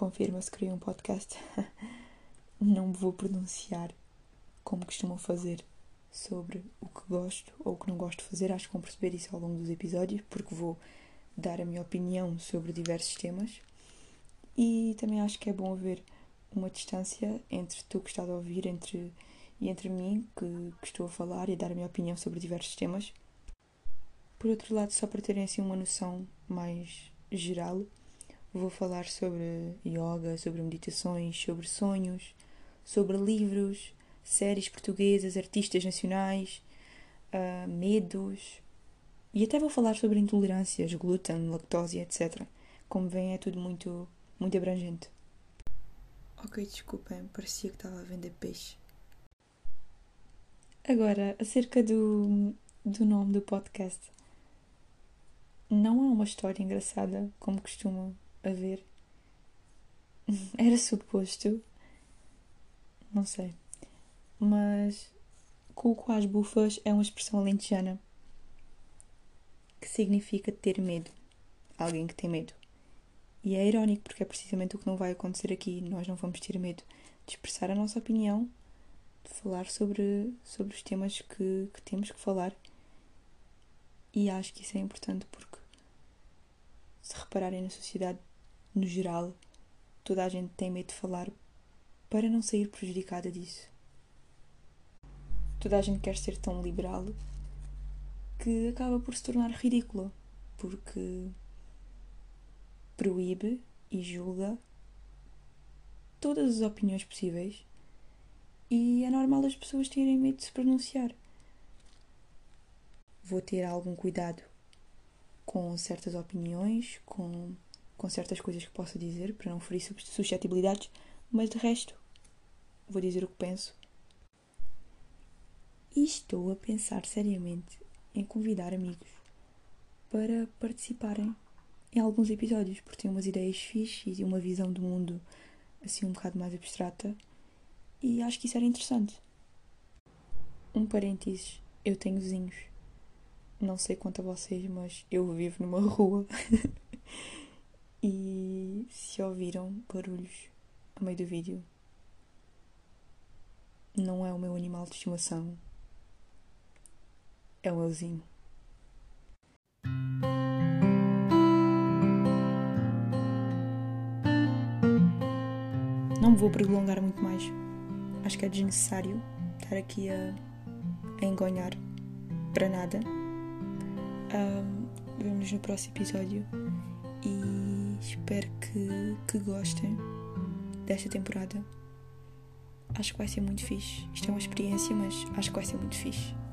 confirma-se que criei um podcast. Não me vou pronunciar como costumam fazer sobre o que gosto ou o que não gosto de fazer. Acho que vão perceber isso ao longo dos episódios, porque vou dar a minha opinião sobre diversos temas. E também acho que é bom haver uma distância entre tu que estás a ouvir e entre mim, que estou a falar e a dar a minha opinião sobre diversos temas. Por outro lado, só para terem assim uma noção mais geral, vou falar sobre yoga, sobre meditações, sobre sonhos, sobre livros, séries portuguesas, artistas nacionais, medos. E até vou falar sobre intolerâncias, glúten, lactose, etc. Como veem, é tudo muito, muito abrangente. Ok, desculpem, parecia que estava a vender peixe. Agora, acerca do nome do podcast. Não há uma história engraçada, como costumam haver. Era suposto, não sei, mas cuco às bufas é uma expressão alentejana que significa ter medo. Alguém que tem medo. E é irónico porque é precisamente o que não vai acontecer aqui. Nós não vamos ter medo de expressar a nossa opinião, de falar sobre os temas que temos que falar. E acho que isso é importante porque, se repararem na sociedade no geral, toda a gente tem medo de falar para não sair prejudicada disso. Toda a gente quer ser tão liberal que acaba por se tornar ridícula, porque proíbe e julga todas as opiniões possíveis e é normal as pessoas terem medo de se pronunciar. Vou ter algum cuidado com certas opiniões, com certas coisas que posso dizer, para não ferir suscetibilidades, mas de resto, vou dizer o que penso. E estou a pensar seriamente em convidar amigos para participarem em alguns episódios, porque têm umas ideias fixes e uma visão do mundo assim um bocado mais abstrata, e acho que isso era interessante. Um parênteses, eu tenho vizinhos. Não sei quanto a vocês, mas eu vivo numa rua. E se ouviram barulhos a meio do vídeo, não é o meu animal de estimação, é o meu vizinho. Não me vou prolongar muito mais. Acho que é desnecessário estar aqui a engonhar para nada. Vemo-nos no próximo episódio e espero que gostem desta temporada. Acho que vai ser muito fixe. Isto é uma experiência, mas acho que vai ser muito fixe.